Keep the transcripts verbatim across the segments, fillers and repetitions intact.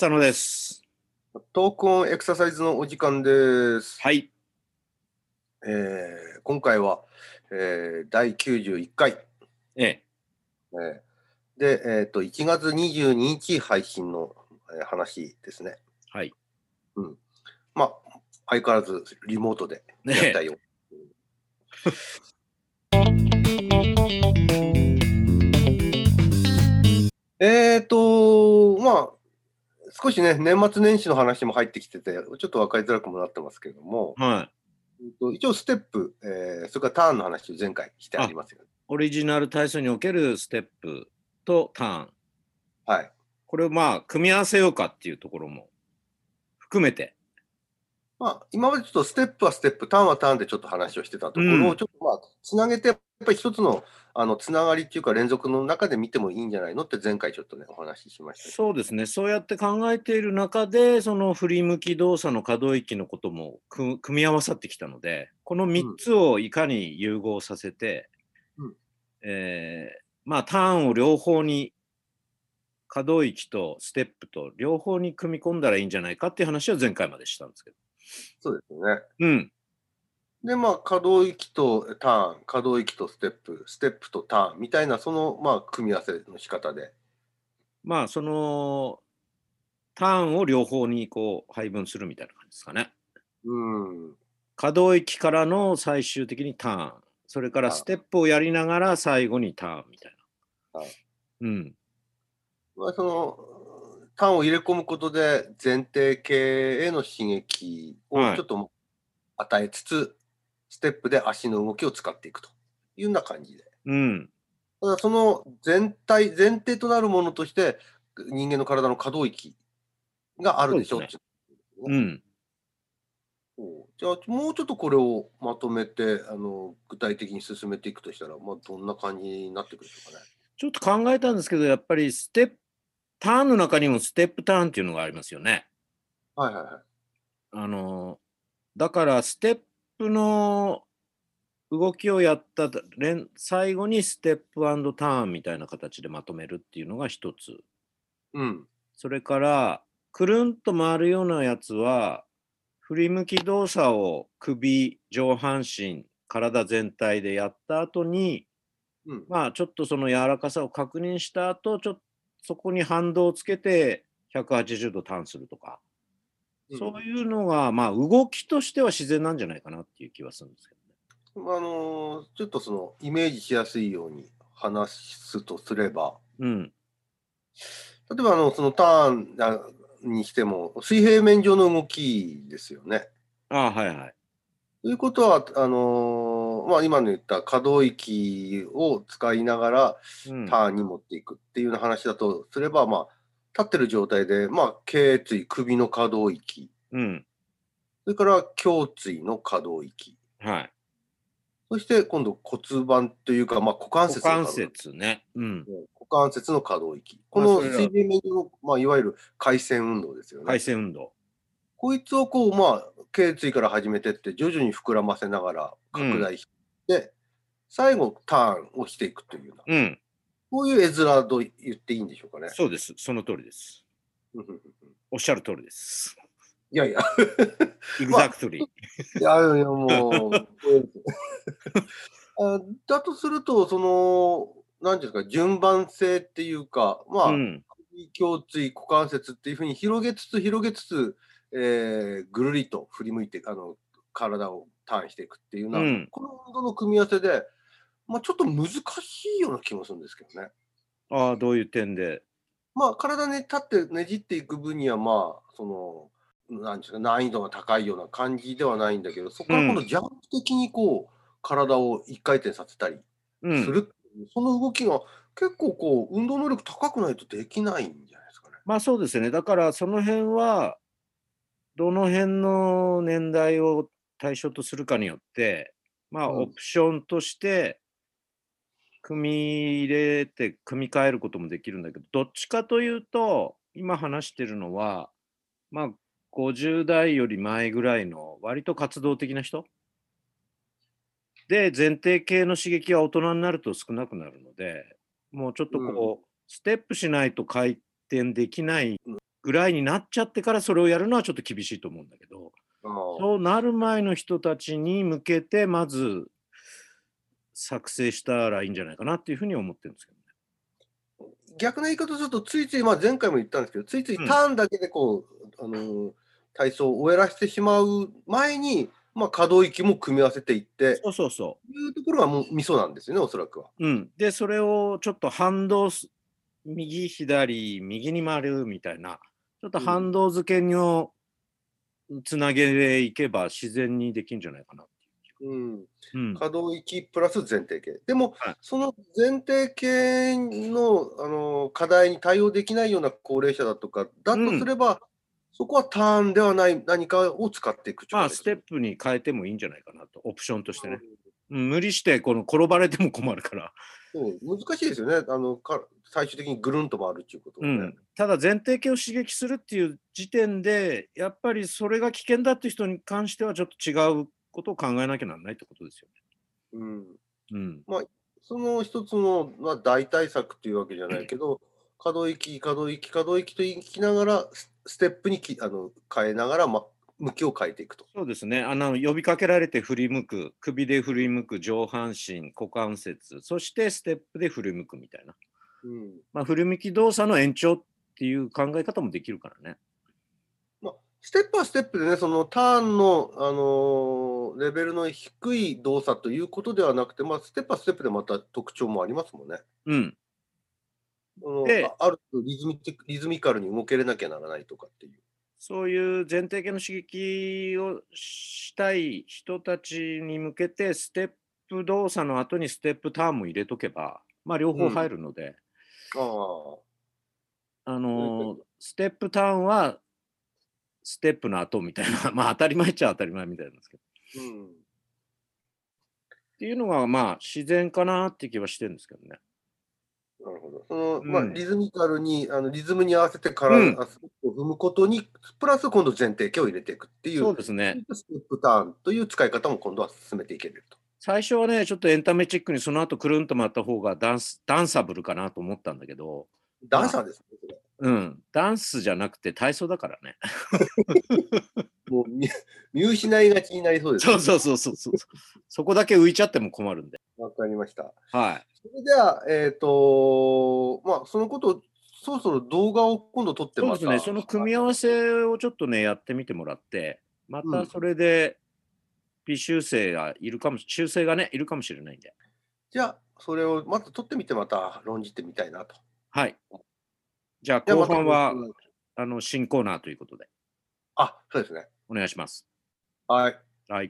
浅野です。 トークオンエクササイズのお時間です。 はい。 えー今回は、えーだいきゅうじゅういっかい、 ええ。 えーで、えーと、いちがつにじゅうににち配信の、えー話ですね。 はい。 うん。まあ、相変わらずリモートでねえ。 やったよ。えーと、まあ、少しね、年末年始の話も入ってきてて、ちょっと分かりづらくもなってますけれども、 はい。 うんと一応ステップ、えーそれからターンの話を前回してありあ、 ますよね。 オリジナル体操におけるステップとターン。 はい。 これをまあ、組み合わせようかっていうところも含めて。 まあ、今までちょっとステップはステップ、ターンはターンでちょっと話をしてたところを、 うん。 ちょっとまあ、つなげて、やっぱり一つの、あの、つながりっていうか連続の中で見てもいいんじゃないのって前回ちょっとね、お話ししましたけど。 そうですね。そうやって考えている中で、その振り向き動作の可動域のことも組組み合わさってきたので、この3 うん。 つをいかに融合させて、 うん。 えーまあ、ターンを両方に可動域とステップと両方に組み込んだらいいんじゃないかっていう話を前回までしたんですけど。 そうですよね。 うん。 で、まあ、可動域とターン、可動域とステップ、ステップとターンみたいな、その、まあ、組み合わせの仕方で。 まあ、そのターンを両方にこう配分するみたいな感じですかね。 うん。 可動域からの最終的にターン、それからターン。 ステップをやりながら最後にターンみたいはい。 な。うん。 まあ、その、ターンを入れ込むことで、前提系への刺激をはい。 ちょっと与えつつ、ステップで足の動きを使っていくというような感じで。 うん。 ただその全体、前提となるものとして、人間の体の可動域があるそうですね。 でしょっていうね。 うん。 そうじゃあ、もうちょっとこれをまとめて、あの、具体的に進めていくとしたら、まあ、どんな感じになってくるでしょうかね。 ちょっと考えたんですけど、やっぱりステップ、ターンの中にもステップターンっていうのがありますよね。 はいはいはい。 あの、だからステップの動きをやった連最後にステップターンみたいな形でまとめるっていうのが一つ。 うん。 それから、くるんと回るようなやつは、振り向き動作を首、上半身、体全体でやった後に、 うん。 まあ、ちょっとその柔らかさを確認した後、ちょっとそこに反動をつけてひゃくはちじゅうどターンするとか、 うん。 そういうのが、まあ、動きとしては自然なんじゃないかなっていう気はするんですけどね。 まあ、あの、ちょっとその、イメージしやすいように話すとすれば、 うん。 例えばあの、そのターンあにしても、水平面上の動きですよね。 ああ、はいはい。 ということは、あのまあ、今の言った可動域を使いながらうん。 ターンに持っていくっていうような話だとすれば、まあ、立ってる状態で、まあ、頸椎、首の可動域、 うん。 それから胸椎の可動域、 はい。 そして今度骨盤というか、まあ、股関股関節の可動域、 節ね。うん。 股関節の可動域。こまあ、それら、 の水平面上の、まあ、いわゆる回旋運動ですよ回ね。 旋運動。 こいつをこう、まあ、頸椎から始めてって、徐々に膨らませながらうん。 拡大して、最後ターンをしていくというような、 うん。 こういう絵面と言っていいんでしょうかね。 そうです。その通りです。おっしゃる通りです。 いやいや、まあ、 exactly。 いやいや、もう、あだとすると、その、なんていうんですか、順番性っていうか、まあ、 うん。 首、胸椎、股関節っていうふうに広げつつ広げつつ、えーぐるりと振り向いて、あの、体をターンしていくっていうような、 うん。 この運動の組み合わせで、まあ、ちょっと難しいような気もするんですけどね。 ああ、どういう点で。 まあ、体ね、立ってねじっていく分には、まあ、その、なんですか、難易度が高いような感じではないんだけど、そこから今度うん。 ジャンプ的にこう、体を一回転させたりうん。 するっていう、その動きが結構こう、運動能力高くないとできないんじゃないですかね。 まあそうですね。だからその辺は、どの辺の年代を対象とするかによって、まあオうん。 プションとして組み入れて組み替えることもできるんだけど、どっちかというと、今話してるのは、まあごじゅう代より前ぐらいの割と活動的な人で、前提系の刺激は大人になると少なくなるので、もうちょっとうん。 こう、ステップしないと回転できないぐらいになっちゃってからそれをやるのはちょっと厳しいと思うんだけど、 あそうなる前の人たちに向けてまず作成したらいいんじゃないかなっていうふうに思ってるんですけどね。 逆な言い方すると、ついつい、まあ、前回も言ったんですけど、ついついうんターンだけでこう、あの、体操を終えらせてしまう前に、まあ、可動域も組み合わせていってそうそうそいうところがもうミソなんですよね、おそらくは。 う。うん。で、それをちょっと反動す、右左、右に回るみたいな、ちょっとうん。 反動付けをつなげていけば自然にできるんじゃないかなっていう気が。 うん。 うん。 可動域プラス前提系。でも、 はい。 その前提系の、あの、課題に対応できないような高齢者だとかだうん。 とすれば、そこはターンではない何かを使っていくっていうまあ、 形ですね。 ステップに変えてもいいんじゃないかなと、オプションとしてね。 うん。 うん、無理してこの転ばれても困るから。 そう、難しいですよね。あの、か最終的にぐるんと回るっていうことはね。 うん。ただ前提系を刺激するっていう時点で、やっぱりそれが危険だっていう人に関してはちょっと違うことを考えなきゃならないってことですよね。 うん。 うん。 まあ、その一つの、まあ、代替策っていうわけじゃないけど、可動域、可動域、可動域と言いながら、スステップにきあの変えながら、ま、向きを変えていくと。 そうですね。あの、呼びかけられて振り向く、首で振り向く、上半身、股関節、そしてステップで振り向くみたいな。 うん。 まあ、振り向き動作の延長っていう考え方もできるからね。 まあ、ステップはステップでね、そのターンの、あの、レベルの低い動作ということではなくて、まあ、ステップはステップでまた特徴もありますもんね。 うん。 あの、 で、 あある程度リズミティリズミカルに動けれなきゃならないとかっていう。 そういう前提系の刺激をしたい人たちに向けて、ステップ動作の後にステップターンも入れとけば、まあ、両方うん。 入るので、 ああ、 あそれでのーステップターンはステップの後みたいな、まあ当たり前っちゃ当たり前みたいなんですけど。 うん。 っていうのがまあ自然かなって気はしてるんですけどね。 なるほど。その、まあ、 うん。 リズミカルに、あの、リズムに合わせてうん。 体あステップを踏むことに、プラス今度前提形を入れていくっていう、 そうですね。 そういったステップターンという使い方も今度は進めていけると。 最初はね、ちょっとエンタメチックにその後くるんと回った方がダンス、ダンサブルかなと思ったんだけど、まあ、 ダンサーですね、それ。 うん、ダンスじゃなくて体操だからね。 もう見見失いがちになりそうですけどね。 そうそうそうそうそう。そこだけ浮いちゃっても困るんで。 わかりました。 はい。 それでは、えっと、まあ、そのこと、そろそろ動画を今度撮ってまた、 そうですね。その組み合わせをちょっとね、やってみてもらって、まうん。 たそれで微修正がいるかもし修正がね、いるかもしれないんで。 じゃあ、それをまた撮ってみて、また論じてみたいなと。 はい。じゃあじゃあ、 後またよろしく半は、 お願いします。 あの、新コーナーということで、 あ、そうですね。 お願いします。 はい。 はい。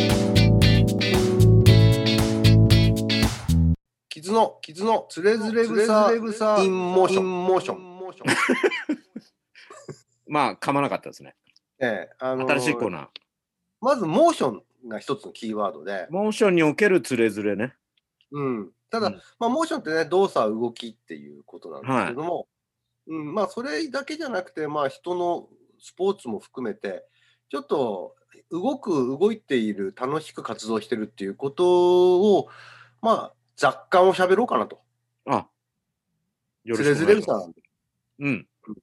傷の、傷の、つれづれつれ草、 づれ草インモーション。 インモーション。 まあ、噛まなかったですね。 ええ、あのー、 新しいコーナー。 まずモーションが一つのキーワードで、 モーションにおけるつれづれね。 うん。ただ、 うん。 まあ、モーションってね、動作、動きっていうことなんですはい。 けども、うん、まあ、それだけじゃなくて、まあ、人のスポーツも含めて、ちょっと動く、動いている、楽しく活動してるっていうことを、まあ、雑感を喋ろうかなと。 あ、よろつしれづれ草くお願いします。 なんで。 うん。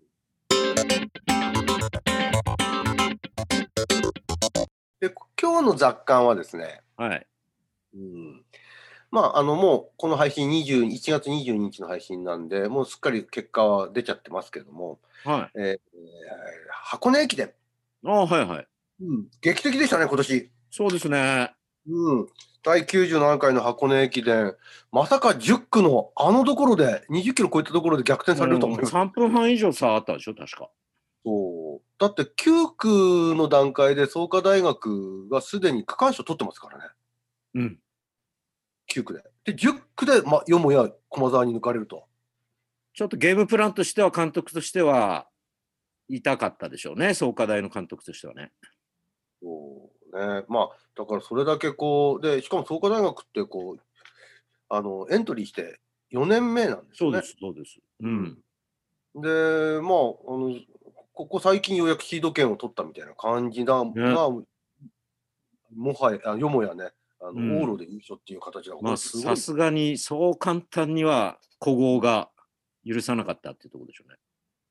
で、今日の雑感はですね、 はい。 うん、まあ、あの、もう、この配信にじゅう、いちがつにじゅうににちの配信なんで、もうすっかり結果は出ちゃってますけども、 はい。 えー箱根駅伝、 ああ、はいはい。 うん、劇的でしたね、今年。 そうですね。 うん、だいきゅうじゅうななかいの箱根駅伝、まさかじゅっくのあのところで、にじゅっキロ超えたところで逆転されると思います。 さんぷんはん以上差あったでしょ、確か。 そうだってきゅうくの段階で創価大学がすでに区間賞取ってますからね、 うん。 きゅうくで。で、じゅっくで、ま、よもや駒澤に抜かれると。 ちょっとゲームプランとしては、監督としては、痛かったでしょうね、創価大の監督としてはね。 そうね、まあ、だからそれだけこう、で、しかも創価大学ってこう、あの、エントリーしてよねんめなんですよね。 そうです、そうです。うん。 で、まあ、あの、ここ最近ようやくシード権を取ったみたいな感じだね。 が、もはや、あよもやね、あの、 うん。 往路で優勝っていう形が、こまあ、 れすごい。 さすがにそう簡単には古豪が許さなかったっていうところでしょうね。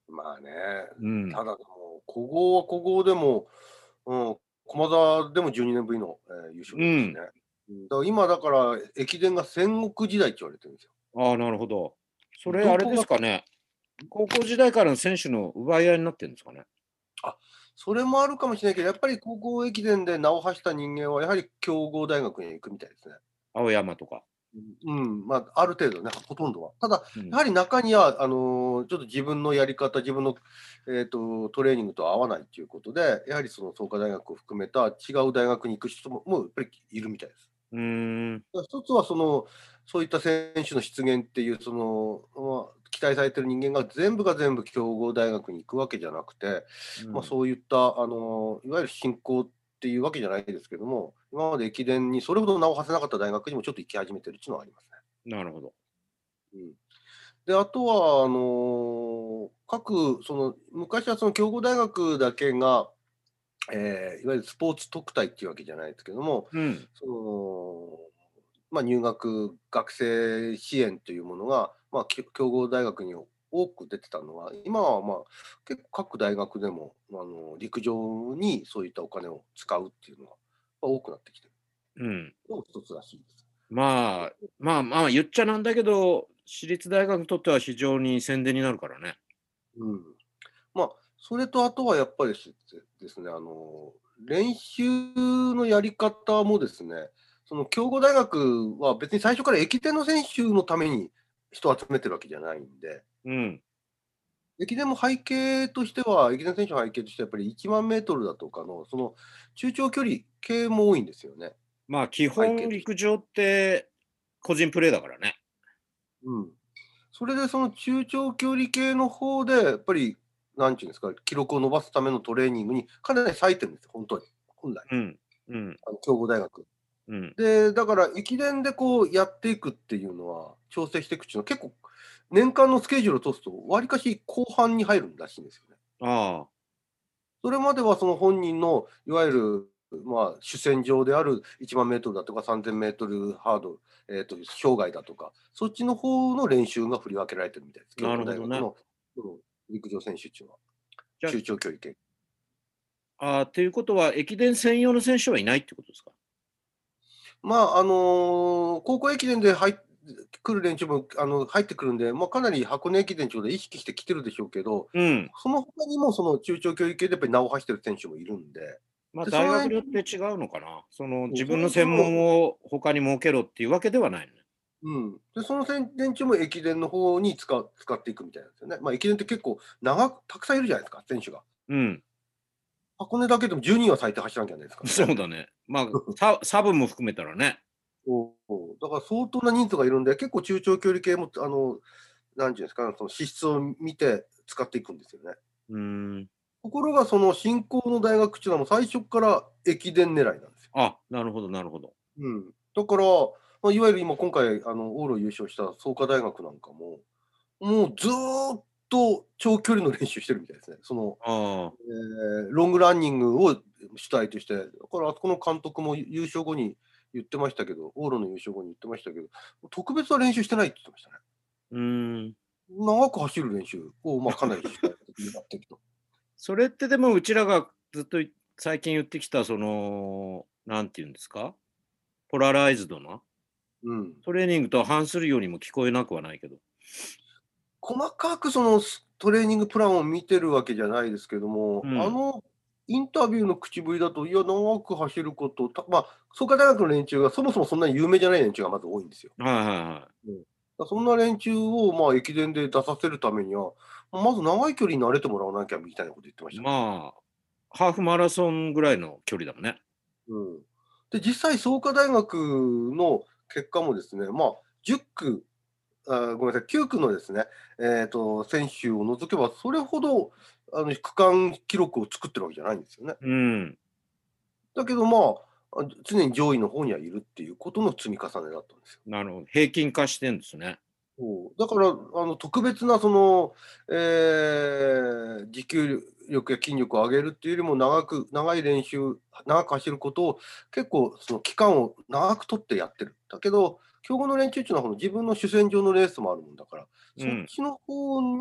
まあね、 うん。 ただでも、古豪は古豪でも、うん、駒澤でもじゅうにねんぶりの、えー優勝ですしね。 うん。 うん、だから今だから駅伝が戦国時代って言われてるんですよ。 ああ、なるほど。それあれでどこがすかね。高校時代からの選手の奪い合いになってるんですかね。 あ、それもあるかもしれないけど、やっぱり高校駅伝で名を馳した人間はやはり強豪大学に行くみたいですね。 青山とか。 うん、まあ、ある程度ね、ほとんどは。ただ、 うん。 やはり中には、あの、ちょっと自分のやり方、自分の、えっと、トレーニングと合わないっていうことで、やはりその創価大学を含めた違う大学に行く人ももうやっぱりいるみたいです。 うーん。 だから一つはその、そういった選手の出現っていう、その、まあ、期待されてる人間が全部が全部強豪大学に行くわけじゃなくて、まあ、 うん。 そういったあの、いわゆる進行っていうわけじゃないですけども、今まで駅伝にそれほど名を馳せなかった大学にもちょっと行き始めてるっていうのはありますね。 なるほど。 うん。で、あとはあの、各その昔はその強豪大学だけが、えーいわゆるスポーツ特待っていうわけじゃないですけども、 うん。 その、まあ、入学学生支援というものが、まあ、き強豪大学に多く出てたのは、今は、まあ、結構各大学でも、あの、陸上にそういったお金を使うっていうのが、ま、多くなってきてるうん。 のも一つらしいです。 まあ、まあまあ、言っちゃなんだけど、私立大学にとっては非常に宣伝になるからね。 うん。まあ、それとあとはやっぱりしですね、あの、練習のやり方もですね、その強豪大学は別に最初から駅伝の選手のために人を集めてるわけじゃないんで、 うん。 駅伝も背景としては、駅伝選手の背景としてはやっぱりいちまんメートルだとかの、その中長距離系も多いんですよね、 まあ、基本背景として。 陸上って個人プレーだからね。 うん。それでその中長距離系の方で、やっぱり、なんていうんですか、記録を伸ばすためのトレーニングにかなり割いてるんですよ、本当に、本来。 うん。うん。 あの強豪大学。 うん。 で、だから駅伝でこうやっていくっていうのは、調整していくっていうのは結構、年間のスケジュールを通すと、わりかし後半に入るらしいんですよね。 ああ。 それまではその本人のいわゆる、まあ、主戦場であるいちまんメートルだとかさんぜんメートルハードル、えっと、障害だとか、そっちの方の練習が振り分けられてるみたいです。強な豪るほどね。 大学の、うん、陸上選手っていうのは、 じゃ中長距離系。 あ、あーっていうことは、駅伝専用の選手はいないってことですか？ まあ、あの、高校駅伝で入っ来る連中も、あの、入ってくるんで、まあ、かなり箱根駅伝っていうことで意識してきてるでしょうけど、 うん。 その他にもその中長距離系でやっぱり名を馳してる選手もいるんで、 まあ、 で、そ大の連中学によって違うのかな。その、 うん、 自その分の専連中も門を他に設けろっていうわけではないのね。 うん。で、その連連中も駅伝の方に使う使っていくみたいなんですよね。まあ、駅伝って結構長くたくさんいるじゃないですか、選手が。 うん。 箱根だけでもじゅうにんは最低走らなきゃいけないですからね。 そうだね。まあ、ササブも含めたらね。 そうそう。だから相当な人数がいるんで、結構中長距離系も、あの、なんていうんですか、その資質を見て使っていくんですよね。 うーん。 ところがその新興の大学っていうのはもう最初から駅伝狙いなんですよ。 あ、なるほどなるほど。 うん。だから、まあ、いわゆる今今回あの往路優勝した創価大学なんかも、もうずっと長距離の練習してるみたいですね。その、 ああ、 えーロングランニングを主体として、だからあそこの監督も優勝後に言ってましたけど、往路の優勝後に言ってましたけど、特別な練習してないって言ってましたね。 うーん。 長く走る練習を、まあ、かなり主体的にやっていくと。 それってでもうちらがずっとい最近言ってきたその、なんて言うんですか、ポラライズドなうん。 トレーニングと反するようにも聞こえなくはないけど。 細かくそのストレーニングプランを見てるわけじゃないですけども、あうん。 のインタビューの口ぶりだと、いや、長く走ること、たまあ、創価大学の連中がそもそもそんなに有名じゃない連中がまず多いんですよ。 はいはいはい。 うん。だ、そんな連中を、まあ、駅伝で出させるためには、まず長い距離に慣れてもらわなきゃみたいなこと言ってましたね。 まあ、ハーフマラソンぐらいの距離だもんね。 うん。で、実際創価大学の結果もですね、まあ、じゅっ区、あ、ごめんなさい、きゅう区のですね、えっと、選手を除けば、それほど、あの、区間記録を作ってるわけじゃないんですよね。 うん。 だけど、まあ、あ、常に上位の方にはいるっていうことの積み重ねだったんですよ。 なるほど。平均化してんですね。 そう、だから、あの、特別なその、ええ、持久力や筋力を上げるっていうよりも、長く長い練習長く走ることを、結構その期間を長く取ってやってる。だけど、強豪の連中っていうのは、この自分の主戦場のレースもあるもんだから、そっうん。 ちの方に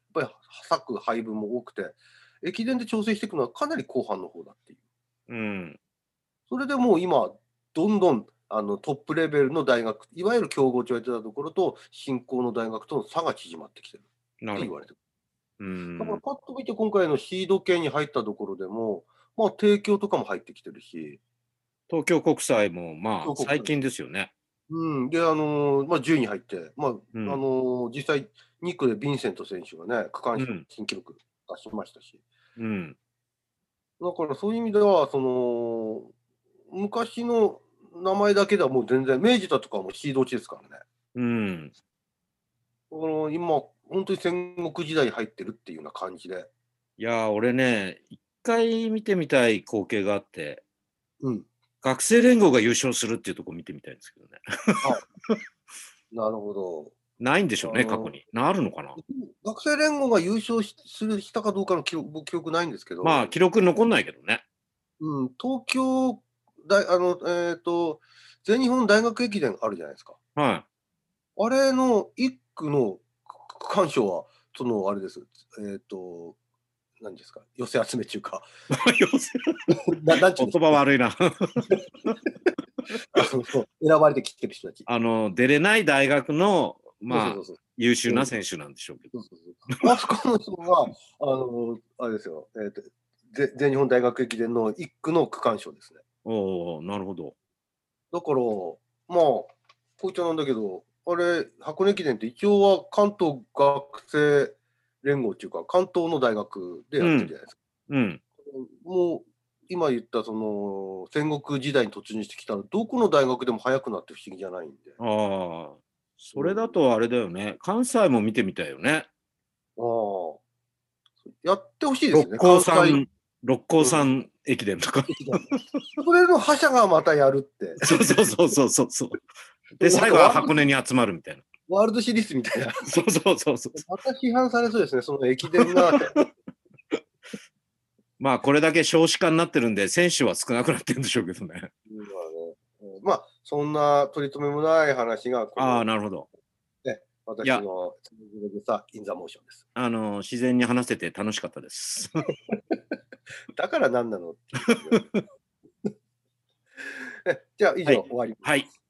ぱり割く配分も多くて、駅伝で調整していくのはかなり後半の方だっていう。 うん。 それでもう今、どんどんあのトップレベルの大学、いわゆる強豪と言われてたところと、新興の大学との差が縮まってきてるってなるほど。 言われてる。 うだからん。 パッと見て今回のシード権に入ったところでも、まあ、帝京とかも入ってきてるし、 東京国際もまあ東国際最近ですよね。 うん、で、あの、まあ、じゅういに入って、まあ、あうん。 の、実際に区でヴィンセント選手がね、区間うん。 新記録出しましたし、 うん。 だからそういう意味では、その、昔の名前だけではもう全然、明治だとかもシード落ちですからね。 うん。 この今、本当に戦国時代に入ってるっていうような感じで。 いやー、俺ね、一回見てみたい光景があって、 うん。 学生連合が優勝するっていうところ見てみたいんですけどね。 はい。なるほど。 ないんでしょうね、過去あの、 に。なるのかな。 学生連合が優勝しするしたかどうかの記憶僕記憶ないんですけまあ、 ど、 記録に残んないけどね。 うん、東京大あの、えっと、全日本大学駅伝あるじゃないですか。 はあれのいっ区の区間賞は、そのあれです。えっと、何ですか、寄せ集めっていうか、 い。 ななんちゅうん言でしたっけ、 葉悪いな。 あの、選ばれてきてる人たち。 あの、出れない大学の、まあ、 そうそうそうそう。 優秀うん。 な選手なんでしょうけど。 そうそうそう。あそこの人が、あの、あれですよ、えっと、ぜ全日本大学駅伝のいっ区の区間賞ですね。 おお、なるほど。 だから、まあ、こういっちゃなんだけど、あれ、箱根駅伝って一応は関東学生連合っていうか、関東の大学でやってるじうん、 ゃないですか。 うん。 もう、今言ったその戦国時代に突入してきたら、どこの大学でも早くなって不思議じゃないんで。 ああ、それうん。 だとあれだよね。関西も見てみたいよね。 ああ、やってほしいですよ六ね、関西、 甲山、六甲うん、 山駅伝とか。 駅伝。それの覇者がまたやるって。 そうそうそうそうそうそう。で、 なん最後はかワールドシ箱根に集まるみたいな。 ワールドシリーズみたいな。 そうそうそうそう。 また批判されそうですね、その駅伝が。 まあ、これだけ少子化になってるんで、選手は少なくなってるんでしょうけどね。 うんまあね、うんまあ、そんな取り留めもない話が、こああ、 の、 なるほど。 ね、 いや、 私のブログさ、インザモーションです。 あの、自然に話せて楽しかったです。 だから何なのっていう。じゃあ以はい。 上終わりはい。 ます。